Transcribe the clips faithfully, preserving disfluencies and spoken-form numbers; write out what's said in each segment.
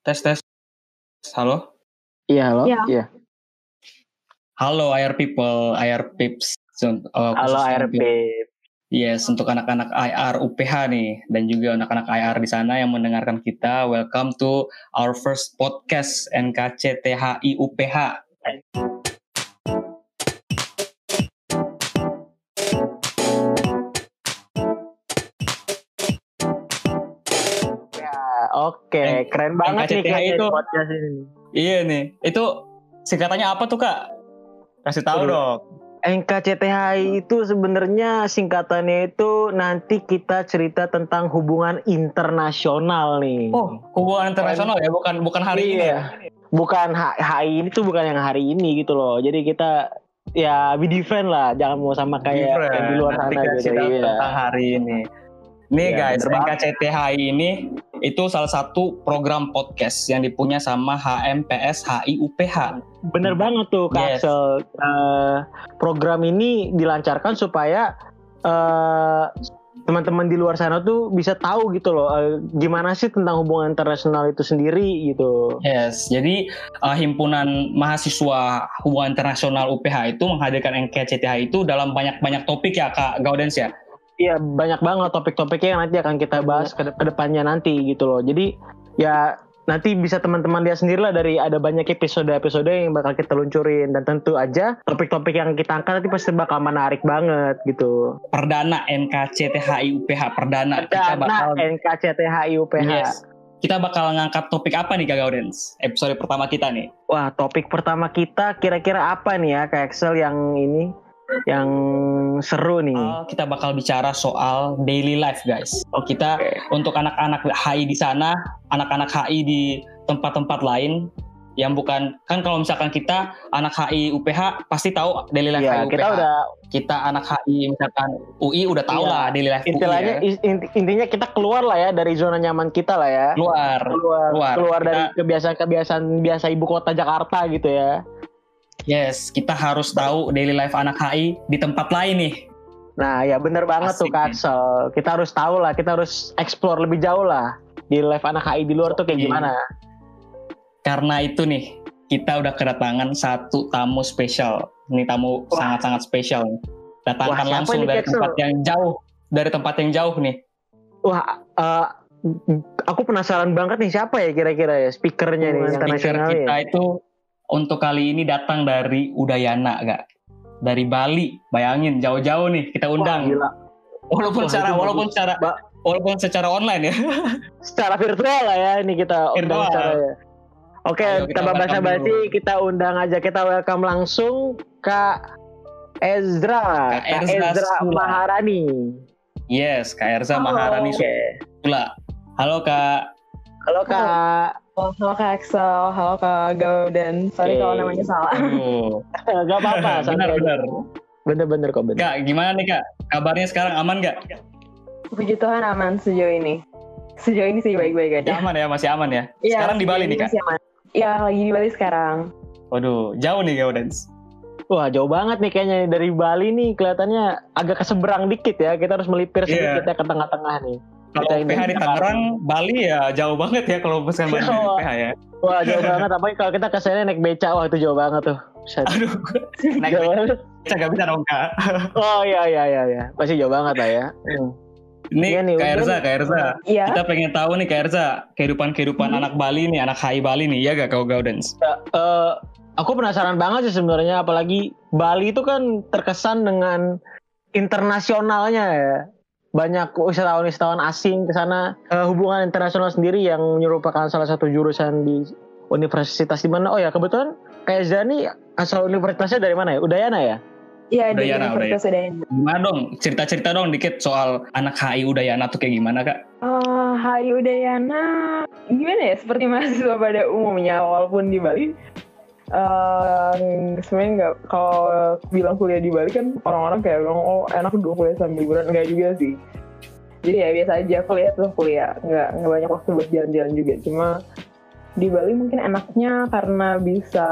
Tes tes. Halo. Iya halo. Iya. Iya. Halo I R people, I R pips. Uh, Halo khususnya I R untuk- P. Yes, untuk anak-anak I R U P H nih dan juga anak-anak I R di sana yang mendengarkan kita. Welcome to our first podcast N K C T H I U P H. Ya, oke, N- keren banget nih N K C T H kayaknya itu. di podcast ini. Iya nih, itu singkatannya apa tuh Kak? Kasih tahu Aduh. dong. N K C T H I itu sebenarnya singkatannya itu nanti kita cerita tentang hubungan internasional nih. Oh, hubungan internasional ya, bukan bukan hari ini ya. Iya. Bukan H- HI ini tuh bukan yang hari ini gitu loh. Jadi kita ya be different lah, jangan mau sama kayak Different. yang di luar Nanti sana kita gitu. cerita Iya. tentang hari ini. Nih Iya, guys, bener N K C T H I ini itu salah satu program podcast yang dipunya sama H M P S H I U P H. Bener banget tuh Kak Yes. Axel. Eh, program ini dilancarkan supaya eh, teman-teman di luar sana tuh bisa tahu gitu loh, eh, gimana sih tentang hubungan internasional itu sendiri gitu. Yes, jadi uh, himpunan mahasiswa hubungan internasional U P H itu menghadirkan N K C T H I itu dalam banyak-banyak topik ya Kak Gaudens ya. Iya, banyak banget topik-topiknya yang nanti akan kita bahas ke ke depannya nanti gitu loh. Jadi ya nanti bisa teman-teman lihat sendiri lah, dari ada banyak episode-episode yang bakal kita luncurin, dan tentu aja topik-topik yang kita angkat nanti pasti bakal menarik banget gitu. Perdana N K C T H I U P H perdana. Kita Perdana bakal N K C T H I U P H. Yes. Kita bakal ngangkat topik apa nih Kak Gaudens? Episode pertama kita nih. Wah, topik pertama kita kira-kira apa nih ya Kak Axel, yang ini yang seru nih? Uh, kita bakal bicara soal daily life guys. Oh, kita Oke. untuk anak-anak H I di sana, anak-anak H I di tempat-tempat lain yang bukan, kan kalau misalkan kita anak H I U P H pasti tahu daily life H I Iya, U P H. kita udah Kita anak H I misalkan U I udah tahu Iya. lah daily life istilahnya U I ya. inti- intinya kita keluar lah ya dari zona nyaman kita lah ya. Keluar. keluar Keluar. keluar Kita- dari kebiasaan-kebiasaan biasa ibu kota Jakarta gitu ya. Yes, kita harus tahu daily life anak H I di tempat lain nih. Nah ya bener banget tuh Asik Kak nih. Axel. Kita harus tahu lah, kita harus explore lebih jauh lah di live anak H I di luar tuh kayak Iya. gimana. Karena itu nih, kita udah kedatangan satu tamu spesial. Ini tamu Wah. sangat-sangat spesial. Datangkan Wah, siapa langsung ini, dari Kexel? tempat yang jauh, dari tempat yang jauh nih. Wah, eh, aku penasaran banget nih siapa ya kira-kira ya speakernya nih Speaker internasional kita ya. itu untuk kali ini datang dari Udayana, gak? Dari Bali. Bayangin jauh-jauh nih kita Wah, undang. gila. Walaupun Wah, secara itu walaupun bagus. secara Ba- walaupun secara online ya. Secara virtual lah ya ini kita undang Virtual. secara ya. Oke, Ayo, kita tanpa welcome basa-basi dulu. kita undang aja, kita welcome langsung Kak Ezra, Kak Kak Ezra Ezra Sula. Maharani. Yes, Kak Erza Halo. Maharani Oke. Sula. Halo Kak. Halo Kak. Oh, halo Kak Axel, halo Kak Gauden. Sorry Oke. kalau namanya salah. Aduh. Gak apa-apa, santai aja. Benar-benar. Bener-bener kok bener. Kak, gimana nih Kak? Kabarnya sekarang aman gak? Puji Tuhan aman sejauh ini. Sejauh ini sih baik-baik aja. Aman ya, masih aman ya. Iya, Sekarang di sejauh Bali ini nih Kak. masih aman. Iya, lagi di Bali sekarang. Waduh, jauh nih Gaudens. Wah jauh banget nih kayaknya dari Bali nih, kelihatannya agak keseberang dikit ya. Kita harus melipir Iya. sedikit ya ke tengah-tengah nih. Kalau Kita U P H ini- di Tangerang, Bali ya jauh banget ya kalau misalkan Bali di U P H ya. Wah jauh banget, apalagi kalau kita kesana naik beca, wah itu jauh banget tuh. Buset. Aduh, naik Jauh banget. beca gak bisa dong Kak. Oh iya iya iya iya, pasti jauh banget lah ya. Hmm. Ini Iya nih, Kak udah. Erza, Kak Erza. Iya. Kita pengen tahu nih Kak Erza, kehidupan-kehidupan Hmm. anak Bali nih, anak H I Bali nih, ya gak kau Gaudens? Eh, aku penasaran banget sih sebenarnya, apalagi Bali itu kan terkesan dengan internasionalnya ya. Banyak wisatawan-wisatawan asing ke sana. Eh, hubungan internasional sendiri yang merupakan salah satu jurusan di universitas di mana. Oh ya, kebetulan kayak Zani asal universitasnya dari mana ya? Udayana ya? Iya, di Udayana, Universitas Udayana. Gimana dong? Cerita-cerita dong dikit soal anak H I Udayana tuh kayak gimana Kak? Eh, H I Udayana gimana ya? Seperti mahasiswa pada umumnya, walaupun di Bali. Eh, sebenarnya nggak, kalau bilang kuliah di Bali kan orang-orang kayak bilang oh enak dong kuliah sambil liburan, nggak juga sih. Jadi ya biasa aja kuliah tuh kuliah, nggak nggak banyak waktu buat jalan-jalan juga. Cuma di Bali mungkin enaknya karena bisa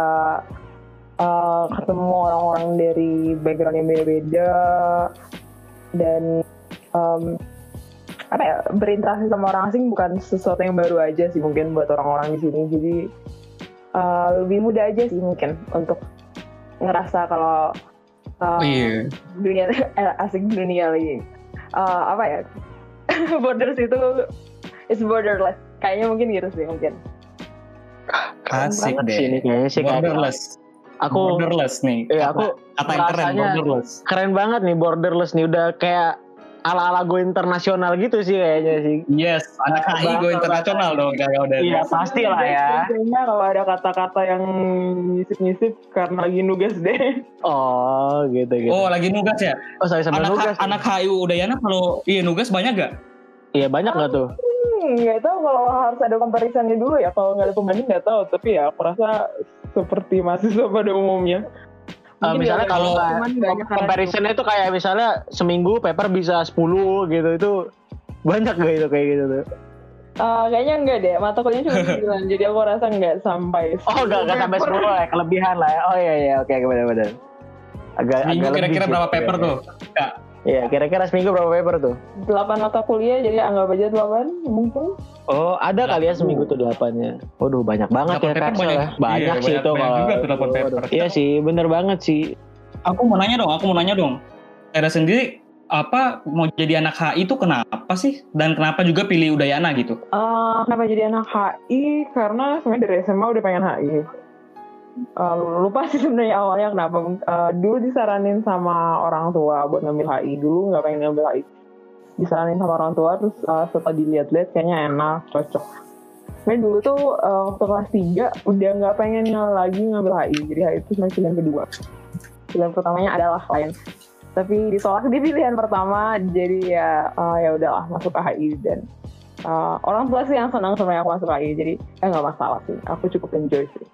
uh, ketemu orang-orang dari background yang beda-beda, dan um, apa ya, berinteraksi sama orang asing bukan sesuatu yang baru aja sih mungkin buat orang-orang di sini. Jadi uh, lebih mudah aja sih mungkin untuk ngerasa kalau uh, Oh iya. dunia eh, asing dunia lagi uh, apa ya borders itu is borderless kayaknya mungkin gitu sih mungkin. Asik deh. Sini kayaknya sih kayak Borderless. aku Borderless nih. eh, Kata- aku kata yang keren, rasanya borderless. keren banget nih borderless nih, udah kayak ala-ala go internasional gitu sih kayaknya sih. Yes, anak H I go internasional dong kayak udah. Iya pasti lah ya. Biasanya kalau ada kata-kata yang nyisip-nyisip karena lagi nugas deh. Oh gitu gitu. Oh, lagi nugas ya? Oh saya sambil Anak nugas. anak H I U Udayana kalau iya nugas banyak gak? Iya banyak nggak tuh? Hmm, nggak tahu kalau harus ada comparisonnya dulu ya. Kalau nggak ada pembanding nggak tahu. Tapi ya aku rasa seperti mahasiswa pada umumnya. Uh, Mungkin misalnya ya, kalau cuman banyak karena- comparisonnya itu kayak misalnya seminggu paper bisa sepuluh gitu, itu banyak gak itu kayak gitu tuh? Uh, kayaknya enggak deh, mata kuliahnya cuma sembilan. Jadi aku rasa nggak sampai Oh nggak nggak sampai paper. sepuluh lah, kelebihan lah ya. Oh iya iya oke benar-benar. Agak Seminggu agak kira-kira lebih berapa sih. paper Iya, tuh? Ya. Iya kira-kira seminggu berapa paper tuh? delapan mata kuliah, jadi anggap aja delapan mungkin. Oh ada kali ya seminggu tuh delapannya. Waduh banyak banget Delapan ya paper Karsel banyak. ya. Banyak Iya, sih banyak- itu banyak kalau. juga tuh delapan paper. Waduh, iya sih bener banget sih. Aku mau nanya dong, aku mau nanya dong. Era sendiri apa mau jadi anak H I itu kenapa sih? Dan kenapa juga pilih Udayana gitu? Uh, kenapa jadi anak H I? Karena sebenarnya dari S M A udah pengen H I. Uh, lupa sih sebenarnya awalnya kenapa. Uh, dulu disaranin sama orang tua buat ngambil H I. Dulu nggak pengen ngambil H I. Disaranin sama orang tua, terus uh, setelah dilihat-lihat kayaknya enak, cocok. Sebenarnya dulu tuh uh, waktu kelas tiga udah nggak pengen lagi ngambil H I. Jadi H I itu sebenarnya pilihan kedua. Pilihan pertamanya adalah lain. Tapi ditolak di pilihan pertama, jadi ya uh, ya udahlah masuk ke H I. Dan uh, orang tua sih yang senang sebenarnya aku masuk H I. Jadi ya nggak masalah sih. Aku cukup enjoy sih.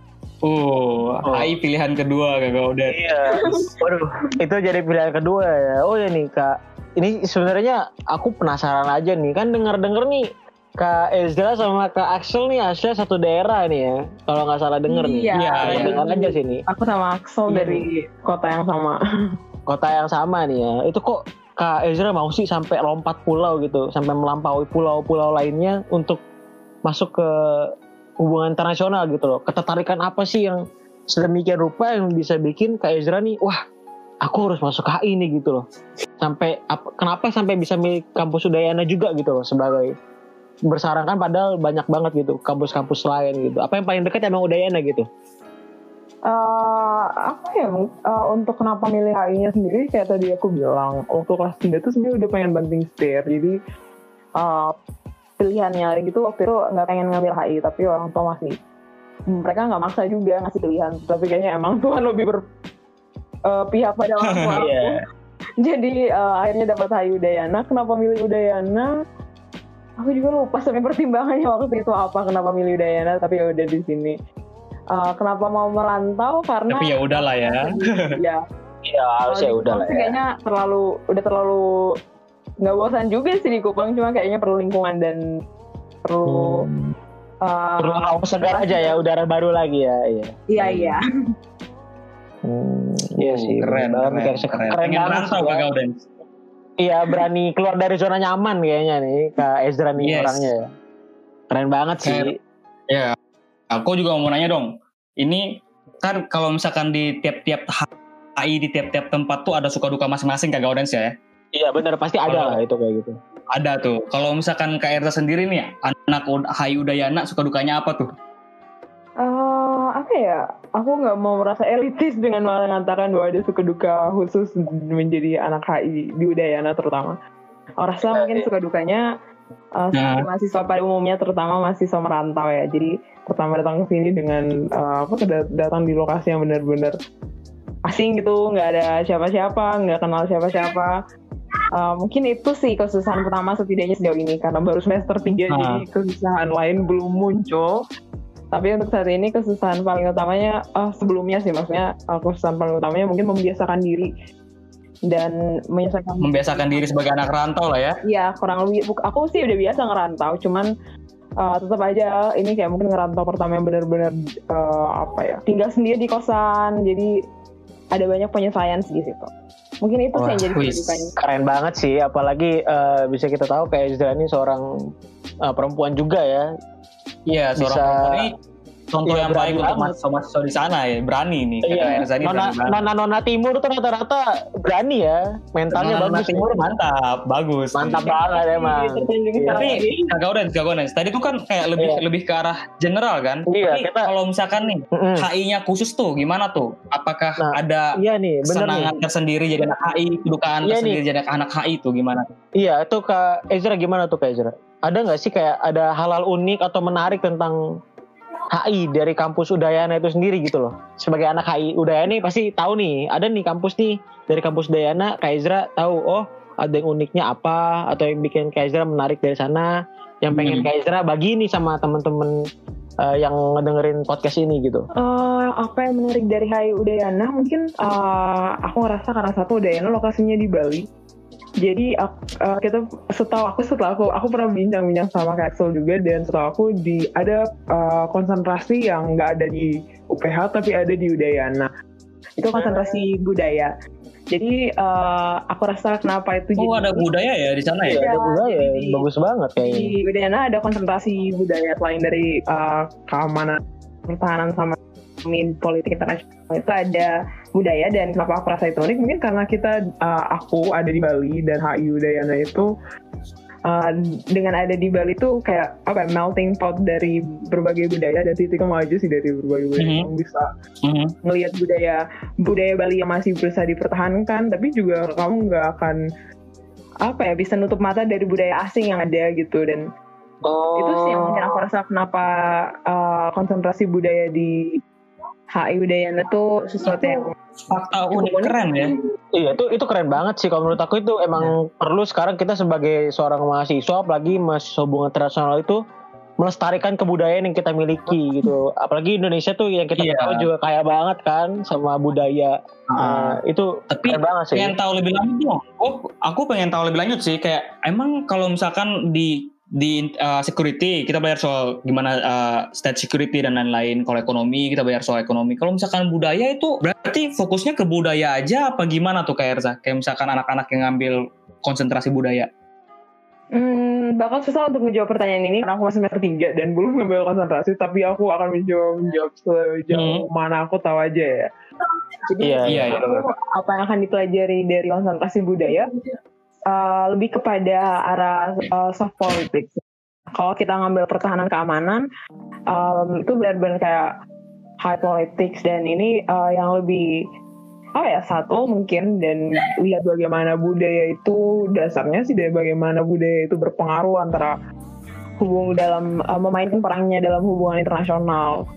Oh, Oh. H I pilihan kedua kakak udah. Iya. Waduh, itu jadi pilihan kedua ya. Oh ya nih Kak, ini sebenarnya aku penasaran aja nih. Kan denger-denger nih Kak Ezra sama Kak Axel nih asli satu daerah nih ya. Kalau nggak salah denger nih. Iya, Iya, Nah, iya. dengar aja sini. Aku sama Axel Iya. dari kota yang sama. Kota yang sama nih ya. Itu kok Kak Ezra mau sih sampai lompat pulau gitu, sampai melampaui pulau-pulau lainnya untuk masuk ke hubungan internasional gitu loh. Ketertarikan apa sih yang sedemikian rupa yang bisa bikin Kak Ezra nih, wah aku harus masuk H I nih gitu loh. Sampai ap- kenapa sampai bisa milih kampus Udayana juga gitu loh sebagai bersarankan, padahal banyak banget gitu kampus-kampus lain gitu. Apa yang paling dekat emang Udayana gitu? Uh, apa ya uh, untuk kenapa milih H I-nya sendiri, kayak tadi aku bilang waktu kelas tiga tuh sebenarnya udah pengen banting setir. Jadi uh, pilihannya gitu waktu itu nggak pengen ngambil H I, tapi orang tua masih, mereka nggak maksa juga ngasih pilihan, tapi kayaknya emang Tuhan lebih berpihak pada orang tua aku. Iya. Jadi uh, akhirnya dapat H I Udayana. Kenapa milih Udayana? Aku juga lupa sampai pertimbangannya waktu itu apa kenapa milih Udayana, tapi ya udah di sini. Uh, kenapa mau merantau? Karena Tapi ya udahlah ya. ya Iya, harusnya kalau di udah Kupang lah sih ya. kayaknya terlalu udah terlalu nggak bosan juga sih di Kupang, cuma kayaknya perlu lingkungan dan perlu Hmm. uh, Perlu hawa segar aja ya, udara baru lagi ya. Iya. iya iya. Hmm, iya sih. Keren, bener keren, banget. keren. Keren Pengen banget merantau sih, ya. kakak udah. Iya, berani keluar dari zona nyaman kayaknya nih Kak Ezra nih Yes. orangnya ya. Keren banget sih. Keren. Ya, aku juga mau nanya dong. Ini kan kalau misalkan di tiap-tiap H I di tiap-tiap tempat tuh ada suka duka masing-masing kagak Audens ya? Iya benar, pasti ada Kalau- lah itu kayak gitu. Ada tuh. Kalau misalkan Kak Erza sendiri nih, anak Ud- H I Udayana suka dukanya apa tuh? Uh, apa ya? Aku nggak mau merasa elitis dengan mengatakan bahwa ada suka duka khusus menjadi anak H I di Udayana terutama. Aku rasa mungkin suka dukanya uh, Nah. mahasiswa pada umumnya, terutama mahasiswa merantau ya. Jadi pertama datang ke sini dengan uh, apa kedat- datang di lokasi yang benar-benar asing gitu, nggak ada siapa-siapa, nggak kenal siapa-siapa. Uh, mungkin itu sih kesusahan pertama setidaknya sejauh ini, karena baru semester tiga, Ah. jadi kesusahan lain belum muncul. Tapi untuk saat ini kesusahan paling utamanya uh, sebelumnya sih, maksudnya uh, kesusahan paling utamanya mungkin membiasakan diri dan menyesuaikan Membiasakan diri sebagai anak rantau lah ya. Iya, kurang lebih. Buk- Aku sih udah biasa ngerantau, cuman uh, tetap aja ini kayak mungkin ngerantau pertama yang benar-benar uh, apa ya, tinggal sendiri di kosan, jadi ada banyak penyesuaian sih di situ. Mungkin itu sih yang jadi wih. kehidupannya. Keren banget sih, apalagi uh, bisa kita tahu kayak Ezra ini seorang uh, perempuan juga ya. Iya, seorang Bisa- perempuan ini contoh Iya, yang baik berani untuk banget. mahasiswa di sana ya, berani nih. Iya, Kakak Erza ini nona, berani banget. nona nona timur tuh rata-rata berani ya, mentalnya Nona bagus. Timur mantap, bagus. Mantap banget emang. Terjun Iya. Tapi Kak Gaudens, Kak Gaudens, tadi tuh kan kayak lebih Iya. lebih ke arah general kan. Iya, Tapi kita- kalau misalkan nih Mm-mm. H I-nya khusus tuh gimana tuh? Apakah Nah, ada Iya nih, bener nih. kesenangan tersendiri jadi anak H I, kedukaan Iya tersendiri jadi anak H I tuh gimana? Iya, itu Kak Ezra gimana tuh Kak Ezra? Ada nggak sih kayak ada hal-hal unik atau menarik tentang H I dari kampus Udayana itu sendiri gitu loh? Sebagai anak H I Udayana nih pasti tahu nih, ada nih kampus nih dari kampus Udayana, Kak Ezra tahu, oh ada yang uniknya apa atau yang bikin Kak Ezra menarik dari sana, yang pengen Hmm. Kak Ezra bagi nih sama temen-temen uh, yang ngedengerin podcast ini gitu. Eh, apa yang menarik dari H I Udayana mungkin eh, aku ngerasa karena satu Udayana lokasinya di Bali. Jadi ak- eh, kita setahu aku setelah aku aku pernah bincang-bincang sama Kak Axel juga, dan setahu aku di ada eh, konsentrasi yang nggak ada di U P H tapi ada di Udayana. Itu konsentrasi budaya. Jadi eh, aku rasa kenapa itu Oh jadi ada budaya ya di sana ya? Iya, ada budaya, di- bagus banget kayaknya. di Udayana ada konsentrasi budaya selain dari uh, keamanan, pertahanan sama min politik internasional, itu ada budaya. Dan kenapa aku rasa itu unik mungkin karena kita uh, aku ada di Bali dan H I Udayana itu uh, dengan ada di Bali itu kayak apa ya, melting pot dari berbagai budaya dan titik temu aja sih dari berbagai budaya. Mhm. Kamu bisa Mhm. ngelihat budaya budaya Bali yang masih berusaha dipertahankan, tapi juga kamu nggak akan apa ya bisa nutup mata dari budaya asing yang ada gitu. Dan Oh. itu sih yang mungkin aku rasa kenapa uh, konsentrasi budaya di H I Udayana itu sesuatu yang Fakta unik keren ya. Iya, itu itu keren banget sih kalau menurut aku. Itu emang perlu sekarang kita sebagai seorang mahasiswa, apalagi mahasiswa hubungan internasional itu melestarikan kebudayaan yang kita miliki gitu. Apalagi Indonesia tuh yang kita Iya. tahu juga kaya banget kan sama budaya. Nah, itu Tapi keren banget sih. pengen tahu lebih lanjut dong. Oh, aku pengen tahu lebih lanjut sih. Kayak emang kalau misalkan di di uh, security kita belajar soal gimana uh, state security dan lain-lain. Kalau ekonomi kita belajar soal ekonomi. Kalau misalkan budaya itu berarti fokusnya ke budaya aja apa gimana tuh Kak Erza? Kayak misalkan anak-anak yang ngambil konsentrasi budaya. Hmm, bakal susah untuk menjawab pertanyaan ini karena aku masih semester tiga dan belum ngambil konsentrasi, tapi aku akan mencoba menjawab sejauh mana aku tahu aja ya. Jadi Iya, iya, iya. aku, apa yang akan dipelajari dari konsentrasi budaya uh, lebih kepada arah uh, soft politics. Kalau kita ngambil pertahanan keamanan, um, itu benar-benar kayak high politics, dan ini uh, yang lebih oh ya satu mungkin, dan lihat bagaimana budaya itu dasarnya sih dari bagaimana budaya itu berpengaruh antara hubung dalam uh, memainkan perannya dalam hubungan internasional.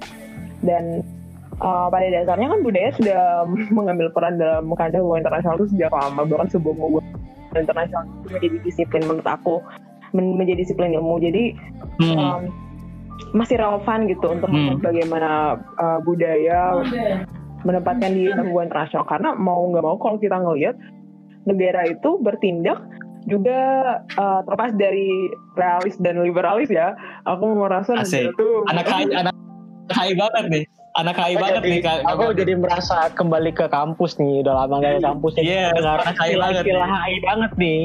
Dan uh, pada dasarnya kan budaya sudah mengambil peran dalam kancah hubungan internasional itu sejak lama, bahkan sebelum hubungan internasional itu menjadi disiplin menurut aku, men- menjadi disiplin ilmu. Jadi Hmm. um, masih relevan gitu untuk Hmm. melihat bagaimana uh, budaya menempatkan diri dalam hubungan internasional. Karena mau nggak mau kalau kita ngelihat negara itu bertindak juga uh, terlepas dari realis dan liberalis ya, aku merasa negara Asik. itu Anak H I, anak H I banget nih. Anak H I Aku banget jadi, nih Kak. aku jadi merasa kembali ke kampus nih. Udah lama gak ke kampus nih. Iya, Dengar anak H I banget istilah nih. H I banget nih.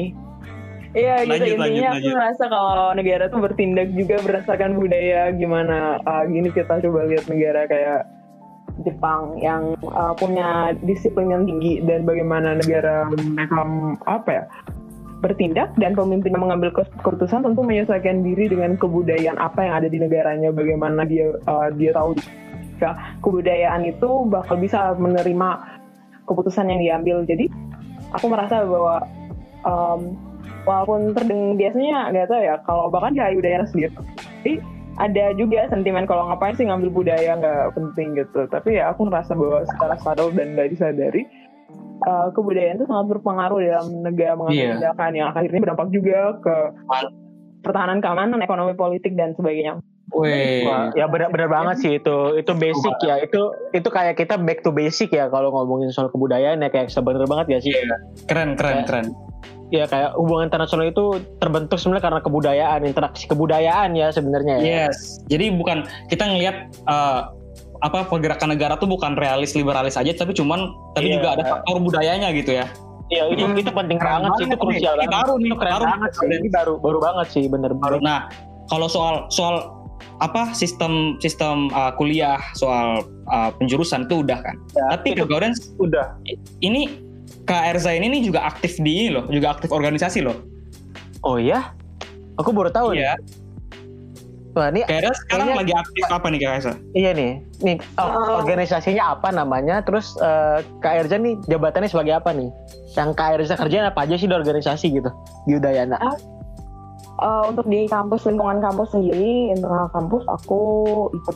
Iya gitu, Lanjut, intinya lanjut, aku lanjut. merasa kalau negara tuh bertindak juga berdasarkan budaya. Gimana uh, gini kita coba lihat negara kayak Jepang yang uh, punya disiplin yang tinggi, dan bagaimana negara mereka apa ya bertindak dan pemimpinnya mengambil keputusan tentu menyesuaikan diri dengan kebudayaan apa yang ada di negaranya. Bagaimana dia uh, dia tahu jika kebudayaan itu bakal bisa menerima keputusan yang diambil. Jadi aku merasa bahwa um, walaupun terdengar biasanya nggak tahu ya, kalau bahkan di H I Udayana sendiri, jadi ada juga sentimen kalau ngapain sih ngambil budaya, nggak penting gitu. Tapi ya aku ngerasa bahwa secara sadar dan nggak disadari, uh, kebudayaan itu sangat berpengaruh dalam negara mengambil Iya. tindakan yang akhirnya berdampak juga ke pertahanan keamanan, ekonomi, politik dan sebagainya. Wih. Wah, ya benar-benar banget sih itu. Itu basic ya. Itu itu kayak kita back to basic ya kalau ngomongin soal kebudayaan ya, kayak sebenernya banget ya sih. Keren, keren, keren. Ya kayak hubungan internasional itu terbentuk sebenarnya karena kebudayaan, interaksi kebudayaan ya sebenarnya ya. Yes. Jadi bukan kita ngelihat uh, apa pergerakan negara tuh bukan realis liberalis aja, tapi cuman tapi Iya. juga ada faktor budayanya gitu ya. Iya itu Hmm, itu penting keren banget sih, itu banget nih. krusial Ini banget. baru nih, Itu keren baru banget sih. nih. Ini baru baru banget sih, bener bener. Nah, kalau soal soal apa sistem sistem uh, kuliah soal uh, penjurusan itu udah kan. Ya, Tapi itu Kak Gaudens udah. ini Kak Erza ini nih juga aktif di ini loh, juga aktif organisasi loh. Oh ya? Aku baru tahu nih. Iya. Wah, ini Kak Erza sekarang kayaknya- lagi aktif apa nih Kak Erza? iya nih. Nih oh, Oh. organisasinya apa namanya? Terus eh, Kak Erza nih jabatannya sebagai apa nih? Yang Kak Erza kerjain apa aja sih di organisasi gitu di Udayana? Eh, untuk di kampus, lingkungan kampus sendiri, internal kampus aku ikut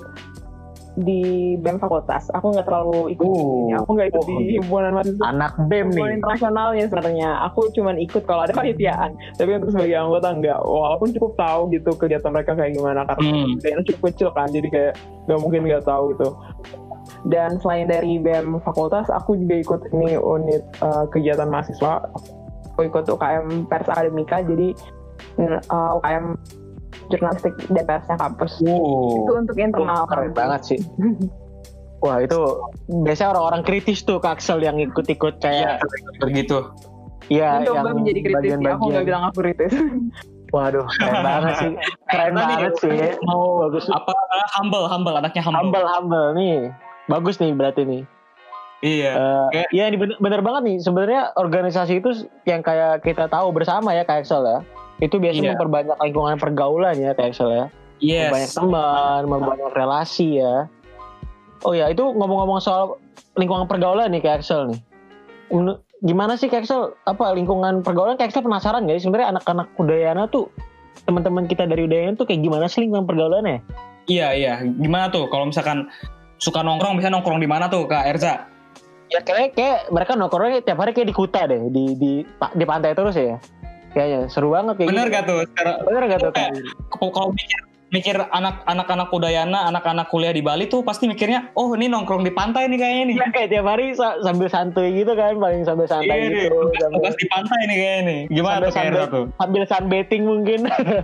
di B E M fakultas. Aku nggak terlalu ikut, Oh. ini. Aku nggak ikut Oh, di himpunan mahasiswa. Anak B E M Himpunan nih. internasionalnya sebenarnya. Aku cuman ikut kalau ada panitiaan. Tapi untuk sebagai anggota enggak. Walaupun cukup tahu gitu kegiatan mereka kayak gimana, karena Hmm. daerah cukup kecil kan, jadi kayak nggak mungkin nggak tahu gitu. Dan selain dari B E M fakultas, aku juga ikut ini unit eh, kegiatan mahasiswa. Aku ikut U K M Pers Akademika, jadi uh, U K M jurnalistik dan persnya kampus. Wow. Itu untuk internal. Keren banget sih. Wah itu biasanya orang-orang kritis tuh Kak Axel yang ikut-ikut Iya, kayak begitu. iya Mencoba yang menjadi kritis, ya. Aku nggak bagian-bagian. bilang aku kritis. Waduh keren banget sih. Keren Tadi banget sih. Mau Bagus. apa humble, humble anaknya humble. Humble humble nih. Bagus nih berarti nih. Iya. Eh, Kayak- Iya ini bener, bener banget nih. Sebenarnya organisasi itu yang kayak kita tahu bersama ya Kak Axel ya. Itu biasanya Iya. memperbanyak lingkungan pergaulan ya Kak Axel ya. Memperbanyak Yes. teman, memperbanyak relasi ya. Oh ya, itu ngomong-ngomong soal lingkungan pergaulan nih Kak Axel nih. Menur- Gimana sih Kak Axel? Apa lingkungan pergaulan Kak Axel penasaran gak sih sebenarnya anak-anak Udayana tuh, teman-teman kita dari Udayana tuh kayak gimana sih lingkungan pergaulannya? Iya, iya. Gimana tuh kalau misalkan suka nongkrong, bisa nongkrong di mana tuh Kak Erza? Ya kayak kayak mereka nongkrongnya tiap hari kayak di Kuta deh, di di di pantai terus ya. Kayaknya seru banget kayak Bener gitu. gak tuh? Sekarang Bener gak tuh Kak? Kalau kalau mikir mikir anak anak-anak Udayana, anak-anak kuliah di Bali tuh pasti mikirnya, oh ini nongkrong di pantai nih kayaknya nih. Iya kayak tiap hari sa- sambil santuy gitu kan, paling sambil santai Iya nih, gitu. tugas, Sambil, tugas di pantai nih kayaknya nih. Gimana Sambil- tuh Kak Erza sambil- tuh? sambil sunbathing mungkin.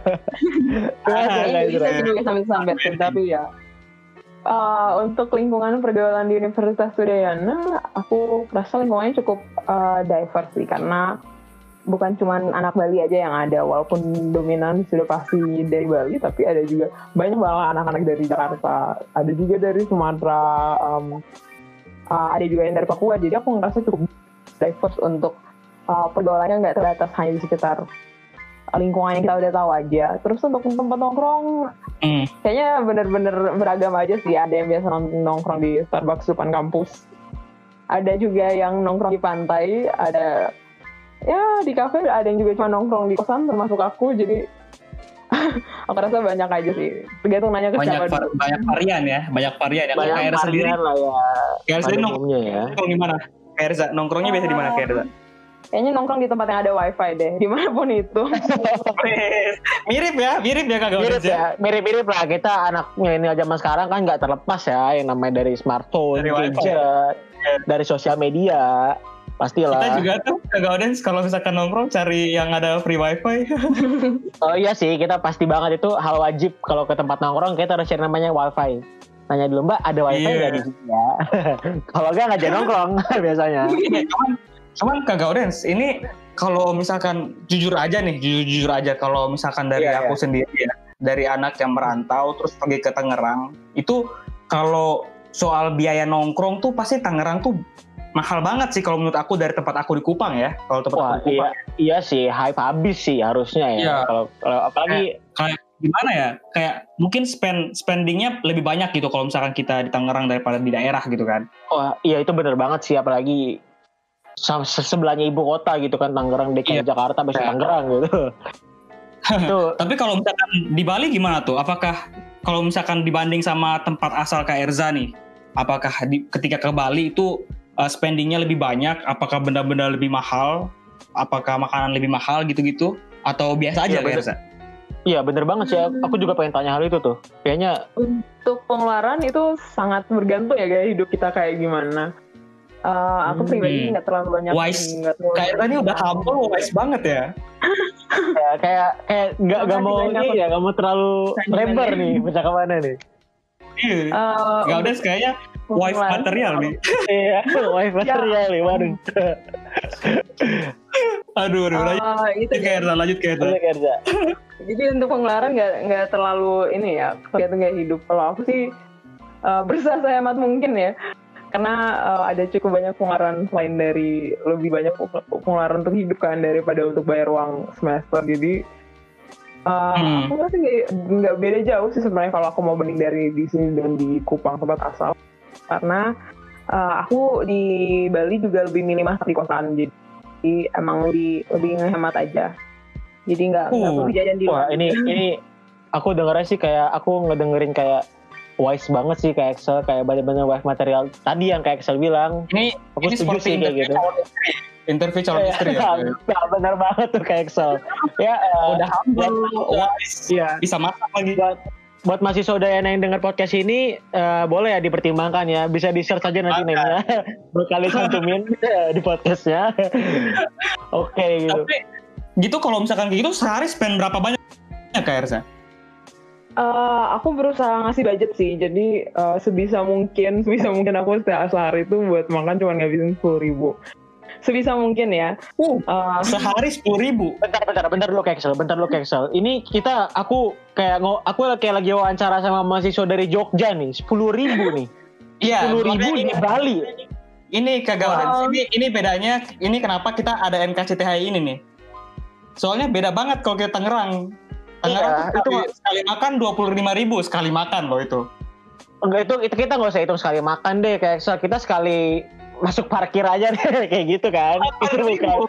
Ah, Kayaknya gitu bisa ya. sih juga sambil sampai tapi ya. Uh, untuk lingkungan pergaulan di Universitas Udayana, aku rasa lingkungannya cukup uh, diverse sih, karena bukan cuma anak Bali aja yang ada, walaupun dominan sudah pasti dari Bali, tapi ada juga banyak banget anak-anak dari Jakarta, ada juga dari Sumatera, um, uh, ada juga yang dari Papua, jadi aku ngerasa cukup diverse untuk uh, pergaulannya nggak terbatas hanya di sekitar lingkungan yang kita udah tahu aja. Terus untuk tempat nongkrong, Hmm. kayaknya bener-bener beragam aja sih. Ada yang biasa nongkrong di Starbucks depan kampus, ada juga yang nongkrong di pantai, ada ya di kafe, ada yang juga cuma nongkrong di kosan termasuk aku. Jadi aku rasa banyak aja sih, tergantung nanya ke Banyak siapa var- dulu. banyak varian ya, banyak varian ya. Kalau Banyak Kak Erza sendiri, varian lah ya. Kak Erza Pada nongkrong umumnya ya. di mana? Kak Erza nongkrongnya biasa di mana Kak Erza? Kayaknya nongkrong di tempat yang ada wifi deh, dimanapun itu. Mirip ya, mirip ya Kak Mirip Gaudens ya, mirip-mirip lah, kita anak milenial zaman sekarang kan nggak terlepas ya yang namanya dari smartphone, Dari wifi. gadget, dari sosial media, pastilah. Kita juga tuh Kak Gaudens kalau misalkan nongkrong cari yang ada free wifi. Oh iya sih, kita pasti banget itu hal wajib kalau ke tempat nongkrong kita harus cari namanya wifi. Nanya dulu Mbak, ada wifi nggak Iya. di sini ya? Kalau nggak nggak jadi nongkrong biasanya. Ini, cuman, cuman Kak Gaudens ini kalau misalkan jujur aja nih, jujur jujur aja kalau misalkan dari Iya, aku sendiri ya, dari anak yang merantau terus pergi ke Tangerang, itu kalau soal biaya nongkrong tuh pasti Tangerang tuh mahal banget sih kalau menurut aku dari tempat aku di Kupang ya. Kalau tempat Wah aku di iya, Kupang. iya sih, hype habis sih harusnya ya. Iya. Kalau kalau apalagi Kayak gimana ya? Kayak mungkin spend spendingnya lebih banyak gitu kalau misalkan kita di Tangerang daripada di daerah gitu kan. wah iya itu bener banget sih, apalagi se- se- sebelahnya ibu kota gitu kan, Tangerang, D K I Iya. Jakarta, besok Iya. Tangerang gitu. Tuh, Tapi kalau misalkan di Bali gimana tuh? Apakah kalau misalkan dibanding sama tempat asal Kak Erza nih, apakah di, ketika ke Bali itu uh, spendingnya lebih banyak? Apakah benda-benda lebih mahal? Apakah makanan lebih mahal gitu-gitu? Atau biasa aja Iya, Kak bener. Erza? iya bener banget sih. Aku juga pengen tanya hal itu tuh. Kayaknya Untuk pengeluaran itu sangat bergantung ya gaya hidup kita kayak gimana. Uh, aku Hmm. pribadi nggak terlalu banyak. Wise. nggak terlalu Kak Erza ini udah humble, wise banget ya. kayak kayak kayak nggak nggak mau Makasih banyak. ini ya, nggak mau terlalu Sentimen. lebar nih percakapannya nih. Iya. Uh, Gak udah kayaknya wife pengeluaran. material nih. Iya, wife material nih, waduh. Aduh, aduh, lanjut. Uh, itu Lanjut ke Erza, lanjut ke Erza. Lanjut ke Erza. Jadi untuk pengeluaran nggak nggak terlalu ini ya, kayak nggak hidup. Kalau aku sih uh, berusaha sehemat mungkin ya, karena uh, ada cukup banyak pengeluaran selain dari lebih banyak pengeluaran untuk hidup kan daripada untuk bayar uang semester. Jadi uh, hmm. aku rasa nggak beda jauh sih sebenarnya kalau aku mau banding dari di sini dan di Kupang tempat asal, karena uh, aku di Bali juga lebih milih masak di kosan, jadi emang lebih lebih ngehemat aja. Jadi nggak nggak perlu jajan di Wah luar. ini ini aku dengernya sih kayak aku ngedengerin kayak wise banget sih kayak Excel, kayak banyak-banyak wise material tadi yang kayak Excel bilang. Ini aku ini setuju sih kayak gitu. Interview calon istri ya. Nah, benar banget tuh kayak Excel. Ya uh, udah humble, wise, ya. Bisa masak lagi. Buat, buat mahasiswa Udayana yang dengar podcast ini uh, boleh ya dipertimbangkan ya, bisa di search aja nanti namanya berkali cantumin di podcastnya. Oke okay, gitu. Tapi gitu kalau misalkan kayak gitu sehari spend berapa banyak Kak Erza? Uh, aku berusaha ngasih budget sih, jadi uh, sebisa mungkin sebisa mungkin aku setiap sehari itu buat makan cuma ngabisin sepuluh ribu. Sebisa mungkin ya. Uh, uh, sehari sepuluh ribu. Bentar, bentar, bentar dulu Excel, bentar dulu Excel. Ini kita, aku kayak aku kayak lagi wawancara sama mahasiswa dari Jogja nih, sepuluh ribu nih. Iya. Sepuluh ribu di Bali. Ini kagak wow. Ini ini bedanya, ini kenapa kita ada N K C T H I ini nih? Soalnya beda banget kalau kita Tangerang. Tangerang iya, itu sekali, sekali makan dua puluh lima ribu sekali makan loh itu. Enggak, itu, itu kita nggak usah hitung sekali makan deh, kayak kita sekali masuk parkir aja deh kayak gitu kan. Itu bukan.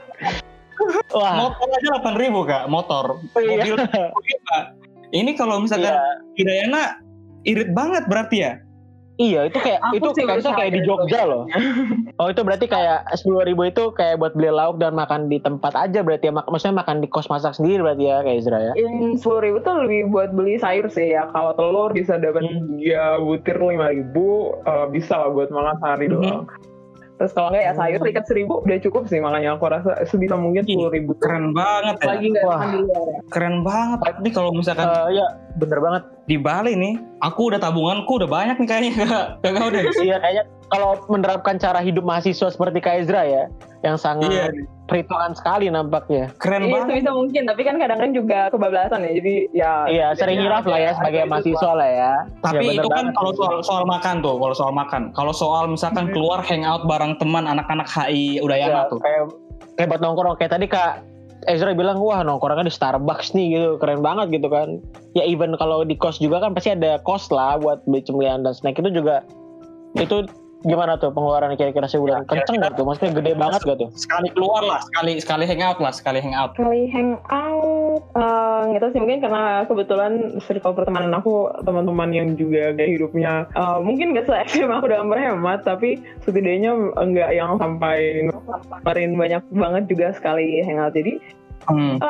Wah. Motor aja delapan ribu Kak, motor. Oh, iya. Mobil Kak. Ini kalau misalkan iya. Udayana irit banget berarti ya? Iya, itu kayak aku itu kayak kayak di Jogja loh. Oh, itu berarti kayak sepuluh ribu itu kayak buat beli lauk dan makan di tempat aja berarti ya. Maksudnya makan di kos masak sendiri berarti ya kayak Ezra ya. Yang sepuluh ribu tuh lebih buat beli sayur sih ya. Kalau telur bisa dapat tiga hmm. butir lima ribu, uh, bisa lah buat makan sehari hmm. doang. Terus kalau nggak ya sayur ikat seribu udah cukup sih, makanya aku rasa sebisa mungkin sepuluh ribu. Keren banget ya. Lagi nggak makan di luar ya. Keren banget. Tapi kalau misalkan uh, ya bener banget di Bali nih, aku udah tabunganku udah banyak nih kayaknya Kak udah. Iya kayaknya kalau menerapkan cara hidup mahasiswa seperti Kak Ezra ya, yang sangat iya. perhitungan sekali nampaknya. Keren iya, banget. Sebisa mungkin, tapi kan kadang-kadang juga kebablasan ya, jadi ya. Iya sering hilaf lah ya sebagai mahasiswa lah ya. Tapi ya, itu kan kalau soal, soal makan tuh, kalau soal makan, kalau soal misalkan hmm. keluar hangout bareng teman anak-anak H I Udayana ya, tuh. Kayak kayak buat nongkrong kayak tadi Kak Ezra bilang, wah nongkrongnya di Starbucks nih gitu, keren banget gitu kan. Ya even kalau di kos juga kan pasti ada kos lah buat beli cemilan dan snack, itu juga itu gimana tuh pengeluaran kira-kira sebulan? Ya, kenceng gak tuh? Maksudnya gede banget gak tuh? Sekali keluar lah, sekali sekali hangout lah, sekali hangout. Sekali hangout, uh, nggak tahu sih, mungkin karena kebetulan circle pertemanan aku teman-teman yang juga gaya hidupnya uh, mungkin nggak se-ekstrim aku dalam berhemat, tapi setidaknya nggak yang sampai ngeluarin banyak banget juga sekali hangout. Jadi Hmm.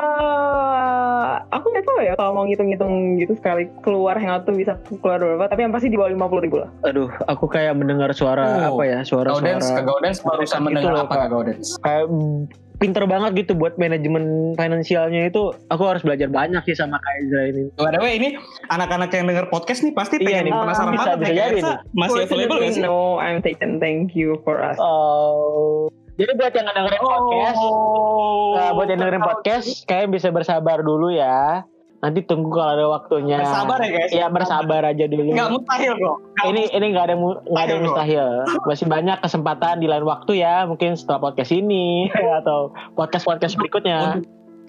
Uh, aku nggak tahu ya kalau mau ngitung-ngitung gitu sekali keluar hangout tuh bisa keluar berapa, tapi yang pasti di bawah lima puluh ribu lah. Aduh, aku kayak mendengar suara oh, apa ya, suara-suara. Kak Gaudens baru bisa mendengar gitu apa Kak Gaudens? Kayak pinter banget gitu buat manajemen finansialnya itu. Aku harus belajar banyak sih sama Kak Ezra ini. By the way, ini anak-anak yang denger podcast nih pasti pengen iya, penasaran uh, banget ya, nih. Masih available nggak sih? No, I'm taken. Thank you for us. Oh. Jadi buat yang dengerin podcast, oh, nah, buat yang dengerin podcast, kalian bisa bersabar dulu ya. Nanti tunggu kalau ada waktunya. Bersabar ya guys. Iya bersabar aja dulu. Nggak mustahil kok. Ini ini nggak ada nggak ada yang mustahil. Masih banyak kesempatan di lain waktu ya. Mungkin setelah podcast ini atau podcast podcast berikutnya.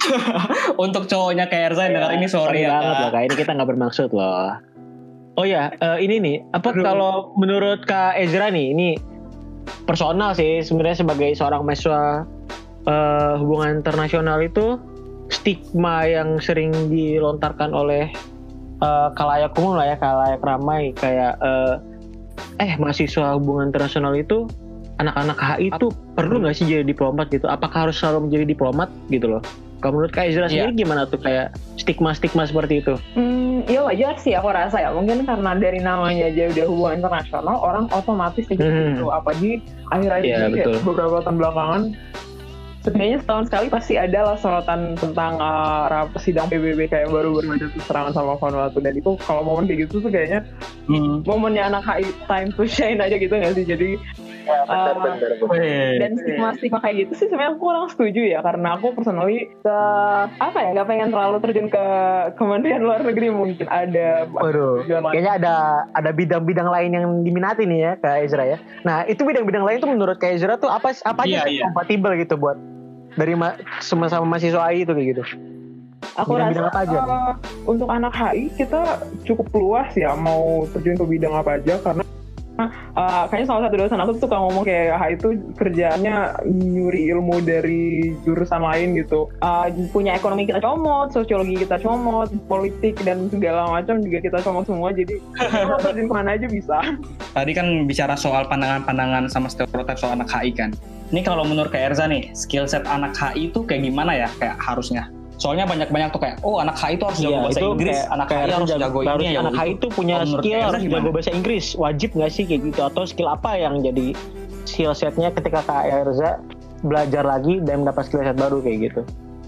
Untuk cowoknya kayak Erza yang denger ini sorry ya. Banget loh, kayak ini kita nggak bermaksud loh. Oh ya, uh, ini nih. Apa Aduh. Kalau menurut Kak Ezra nih, ini personal sih sebenarnya sebagai seorang mahasiswa uh, hubungan internasional itu, stigma yang sering dilontarkan oleh uh, kalayak umum lah ya, kalayak ramai kayak uh, eh mahasiswa hubungan internasional itu anak-anak H I itu perlu nggak sih jadi diplomat gitu? Apakah harus selalu menjadi diplomat gitu loh? Kalau menurut Kak Ezra sendiri yeah. gimana tuh kayak stigma-stigma seperti itu? Hmm, ya wajar sih aku rasa ya. Mungkin karena dari namanya aja udah hubungan internasional, orang otomatis gitu. Hmm. Apalagi akhir-akhir yeah, ini kayak beberapa tahun belakangan, setidaknya setahun sekali pasti ada lah sorotan tentang uh, sidang P B B kayak baru-baru ada serangan sama Vanuatu. Dan itu kalau momen kayak gitu tuh kayaknya hmm. momennya anak H I time to shine aja gitu nggak sih? Jadi Ya, benar, Uh, benar, benar. dan stigma-stigma kayak gitu sih sebenarnya aku kurang setuju ya, karena aku personally ke apa ya nggak pengen terlalu terjun ke Kementerian Luar Negeri, mungkin ada Waduh, tujuan lain. kayaknya ada ada bidang-bidang lain yang diminati nih ya Kak Ezra ya. Nah itu bidang-bidang lain tuh menurut Kak Ezra tuh apa apa aja Iya, yang iya. kompatibel gitu buat dari ma- sama-sama mahasiswa A I itu kayak gitu. Aku Bidang-bidang rasa apa aja? uh, untuk anak H I kita cukup luas ya mau terjun ke bidang apa aja, karena uh, kayaknya salah satu dosen aku tuh suka ngomong kayak H I itu kerjaannya nyuri ilmu dari jurusan lain gitu. Uh, punya ekonomi kita comot, sosiologi kita comot, politik dan segala macam juga kita comot semua. Jadi mau terjun kemana aja bisa. Tadi kan bicara soal pandangan-pandangan sama stereotip soal anak H I kan. Ini kalau menurut Kak Erza nih, skill set anak H I itu kayak gimana ya kayak harusnya? Soalnya banyak-banyak tuh kayak, oh anak H I itu harus jago Iya, bahasa itu Inggris, kayak- anak H I kayak harus jago- jago harus ini ya. anak H I itu punya Kalau menurut skill Kak Erza harus gimana? jago bahasa Inggris. Wajib nggak sih kayak gitu? Atau skill apa yang jadi skill setnya ketika Kak Erza belajar lagi dan mendapat skill set baru kayak gitu?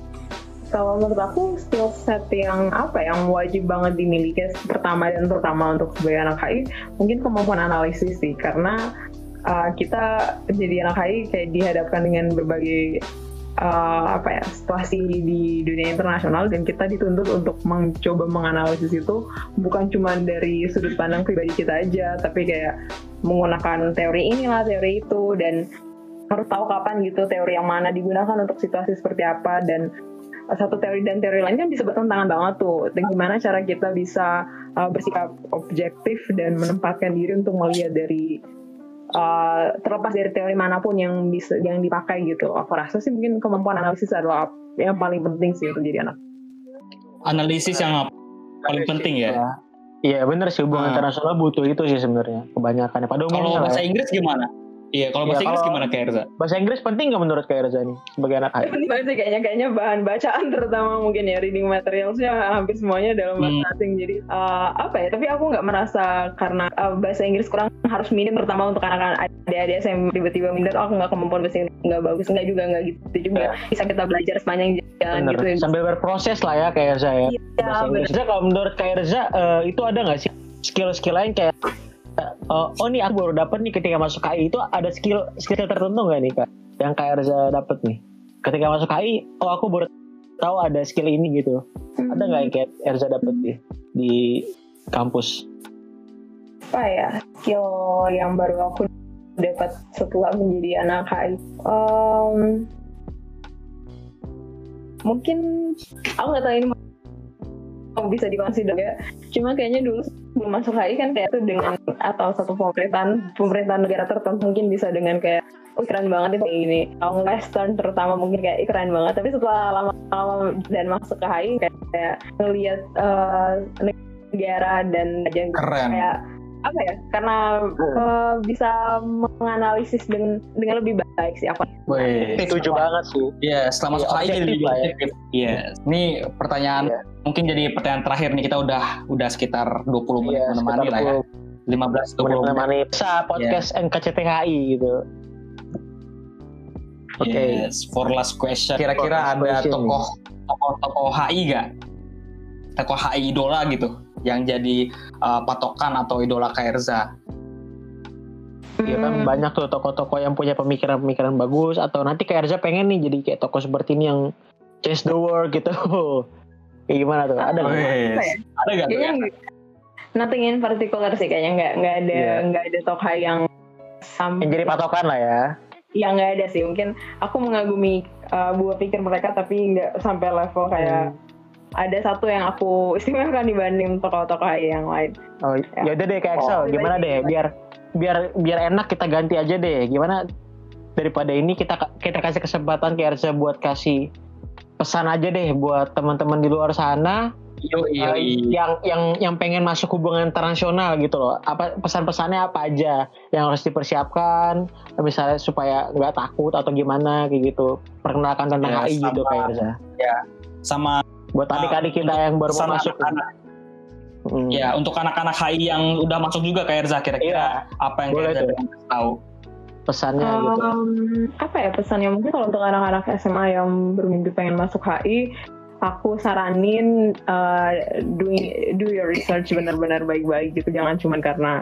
Kalau menurut aku skill set yang apa yang wajib banget dimiliki pertama dan terutama untuk sebagai anak H I mungkin kemampuan analisis sih, karena uh, kita jadi anak H I kayak dihadapkan dengan berbagai uh, apa ya situasi di dunia internasional, dan kita dituntut untuk mencoba menganalisis itu bukan cuma dari sudut pandang pribadi kita aja, tapi kayak menggunakan teori inilah teori itu, dan harus tahu kapan gitu teori yang mana digunakan untuk situasi seperti apa. Dan satu teori dan teori lain kan bisa bertentangan banget tuh. Dan gimana cara kita bisa uh, bersikap objektif dan menempatkan diri untuk melihat dari uh, terlepas dari teori manapun yang bisa yang dipakai gitu. Aku rasa sih mungkin kemampuan analisis adalah yang paling penting sih untuk jadi anak. Analisis yang paling penting ya. Iya bener sih, hubungan Ah. internasional butuh itu sih sebenarnya kebanyakan. Pada Kalau umumnya lah bahasa ya. Inggris gimana? Iya, kalau Iya, bahasa Inggris kalau- gimana Kak Erza? Bahasa Inggris penting nggak menurut Kak Erza nih sebagai anak H I? Penting banget sih kayaknya kayaknya bahan bacaan terutama mungkin ya, reading materialsnya hampir semuanya dalam bahasa Hmm. asing. Jadi uh, apa ya? Tapi aku nggak merasa karena uh, bahasa Inggris kurang harus minim, terutama untuk anak-anak adik-adik saya yang tiba-tiba minder, oh aku nggak kemampuan bahasa Inggris nggak bagus, nggak juga nggak gitu juga. Bisa kita belajar sepanjang jalan Bener. gitu. Sambil berproses lah ya Kak Erza ya. Iya, Bahasa Inggris. bener. Erza, kalau menurut Kak Erza eh, itu ada nggak sih skill-skill lain kayak eh, oh nih aku baru dapet nih ketika masuk K I itu ada skill skill tertentu nggak nih Kak yang Kak Erza dapet nih ketika masuk K I? Oh aku baru tahu ada skill ini gitu. Ada nggak yang kayak Erza dapet di di kampus? Apa ya skill yang baru aku dapat setelah menjadi anak H I? Um, mungkin aku nggak tahu ini mau bisa dikonsider ya. Cuma kayaknya dulu sebelum masuk H I kan kayak tuh dengan atau satu pemerintahan pemerintahan negara tertentu mungkin bisa dengan kayak oh keren banget nih kayak gini. Kalau Western terutama mungkin kayak keren banget. Tapi setelah lama-lama dan masuk ke H I kayak, kayak ngelihat uh, negara dan aja Keren. kayak apa ya? Karena uh, bisa menganalisis dengan dengan lebih baik sih aku. Wih, setuju banget sih. Iya, setelah masuk Iya, H I jadi objektif lebih lah ya. objektif. Iya. Ini pertanyaan Iya. mungkin jadi pertanyaan terakhir nih, kita udah udah sekitar dua puluh menit Iya, menemani lah ya. lima belas dua puluh menit. menemani bisa podcast N K C T H I gitu. Oke. Yes, for last question. Kira-kira For last ada question tokoh tokoh-tokoh H I gak? Tokoh H I idola gitu yang jadi uh, patokan atau idola Kak Erza. Ya kan Hmm. banyak tuh tokoh-tokoh yang punya pemikiran-pemikiran bagus atau nanti Kak Erza pengen nih jadi kayak tokoh seperti ini yang change the world gitu. Kayak gimana tuh? Ada nggak? Wes. Apa ya? Ada gak? Kayaknya nggak- nothing in particular sih kayaknya nggak nggak ada Iya. nggak ada tokoh yang sam Yang jadi patokan lah ya. ya nggak ada sih. Mungkin aku mengagumi uh, buah pikir mereka tapi nggak sampai level kayak ada satu yang aku istimewakan dibanding tokoh-tokoh yang lain. Oh, ya udah deh Kak Excel, Oh, gimana baik, deh baik. biar biar biar enak kita ganti aja deh. Gimana daripada ini kita kita kasih kesempatan Kak Erza buat kasih pesan aja deh buat teman-teman di luar sana Yo, yo, uh, yang yang yang pengen masuk hubungan internasional gitu loh. Apa pesan-pesannya apa aja yang harus dipersiapkan misalnya supaya nggak takut atau gimana kayak gitu. Perkenalkan tentang Ya, H I gitu sama- Kak Erza. sama Buat uh, adik-adik kita untuk yang baru mau pesan masuk. anak-anak. Hmm. Ya, untuk anak-anak H I yang udah masuk juga Kak Erza, kira-kira apa yang Kak boleh Erza tuh. pengen tahu? Pesannya gitu. Um, apa ya pesannya mungkin kalau untuk anak-anak S M A yang bermimpi pengen masuk H I, aku saranin uh, do do your research benar-benar baik-baik gitu, jangan cuma karena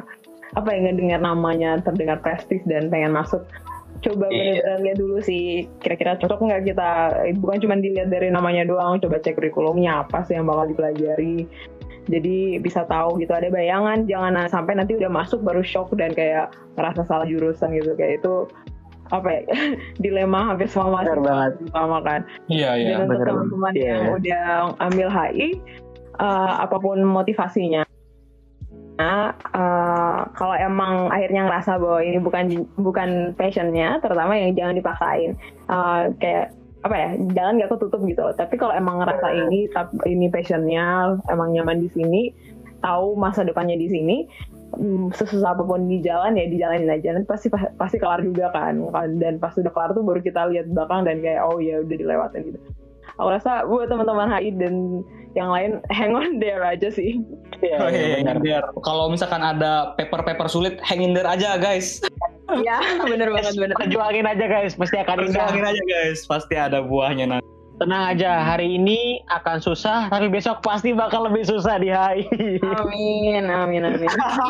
apa ya ngedengar namanya terdengar prestis dan pengen masuk, coba Iya. benar-benar lihat dulu sih kira-kira cocok nggak kita, bukan cuma dilihat dari namanya doang, coba cek kurikulumnya apa sih yang bakal dipelajari, jadi bisa tahu gitu, ada bayangan, jangan sampai nanti udah masuk baru shock dan kayak ngerasa salah jurusan gitu, kayak itu apa ya dilema hampir semua Benar mahasiswa banget. sama kan. Iya, iya. Dan untuk bener teman-teman banget. yang Iya. udah ambil H I, uh, apapun motivasinya, nah, uh, kalau emang akhirnya ngerasa bahwa ini bukan bukan passionnya, terutama yang jangan dipaksain, uh, kayak apa ya, jangan nggak ketutup gitu. Tapi kalau emang ngerasa ini tap- ini passionnya, emang nyaman di sini, tahu masa depannya di sini, hmm, sesusah apapun di jalan ya dijalanin aja, nanti pasti pasti kelar juga kan. Dan pas udah kelar tuh baru kita lihat belakang dan kayak oh ya udah dilewatin gitu. Aku rasa buat teman-teman H I dan yang lain hang on there aja sih. Iya, Oh, iya, iya, benar. hang in there. Kalau misalkan ada paper-paper sulit, hang in there aja guys. Ya bener banget bener. Perjuangin aja guys, pasti akan indah. Perjuangin aja guys, pasti ada buahnya nanti. Tenang aja, hari ini akan susah, tapi besok pasti bakal lebih susah di H I. Amin amin amin.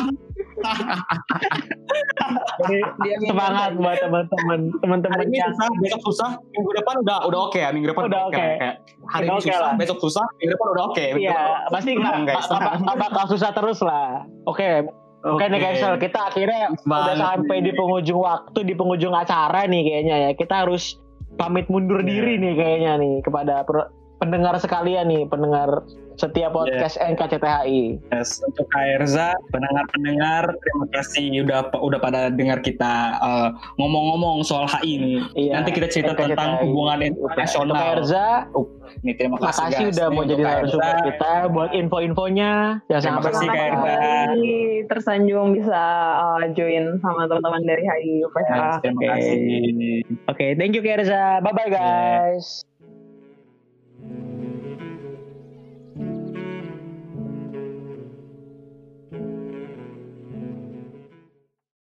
Jadi Dia minta semangat buat teman-teman, teman-teman Hari ini yang susah, besok susah, minggu depan udah udah oke ya, minggu depan Udah oke. Kayak, hari Udah ini oke susah, lah. besok susah, minggu depan udah oke. Minggu iya, depan- pasti nggak Tenang, guys, nggak- tenang. nggak bakal susah terus lah. Oke, oke nih guys, kita akhirnya udah Banget sampai nih. di penghujung waktu, di penghujung acara nih kayaknya ya. Kita harus pamit mundur Iya. diri nih kayaknya nih kepada per- pendengar sekalian nih, pendengar setiap podcast N K C T H I. Yes, untuk Kak Erza, pendengar-pendengar, terima kasih udah udah pada dengar kita uh, ngomong-ngomong soal H I nih. Iya, Nanti kita cerita N K C T H I. tentang hubungan Untuk internasional. Erza, Nih, terima kasih, makasih guys. udah Nih, mau untuk jadi Kak narasumber Erza. kita buat info-infonya. Ya Terima sangat kasih, Kak bermanfaat. Erza. Ini tersanjung bisa uh, join sama teman-teman dari H I U P H. Yes, terima Oke. kasih. Oke, thank you Kak Erza. Bye bye guys.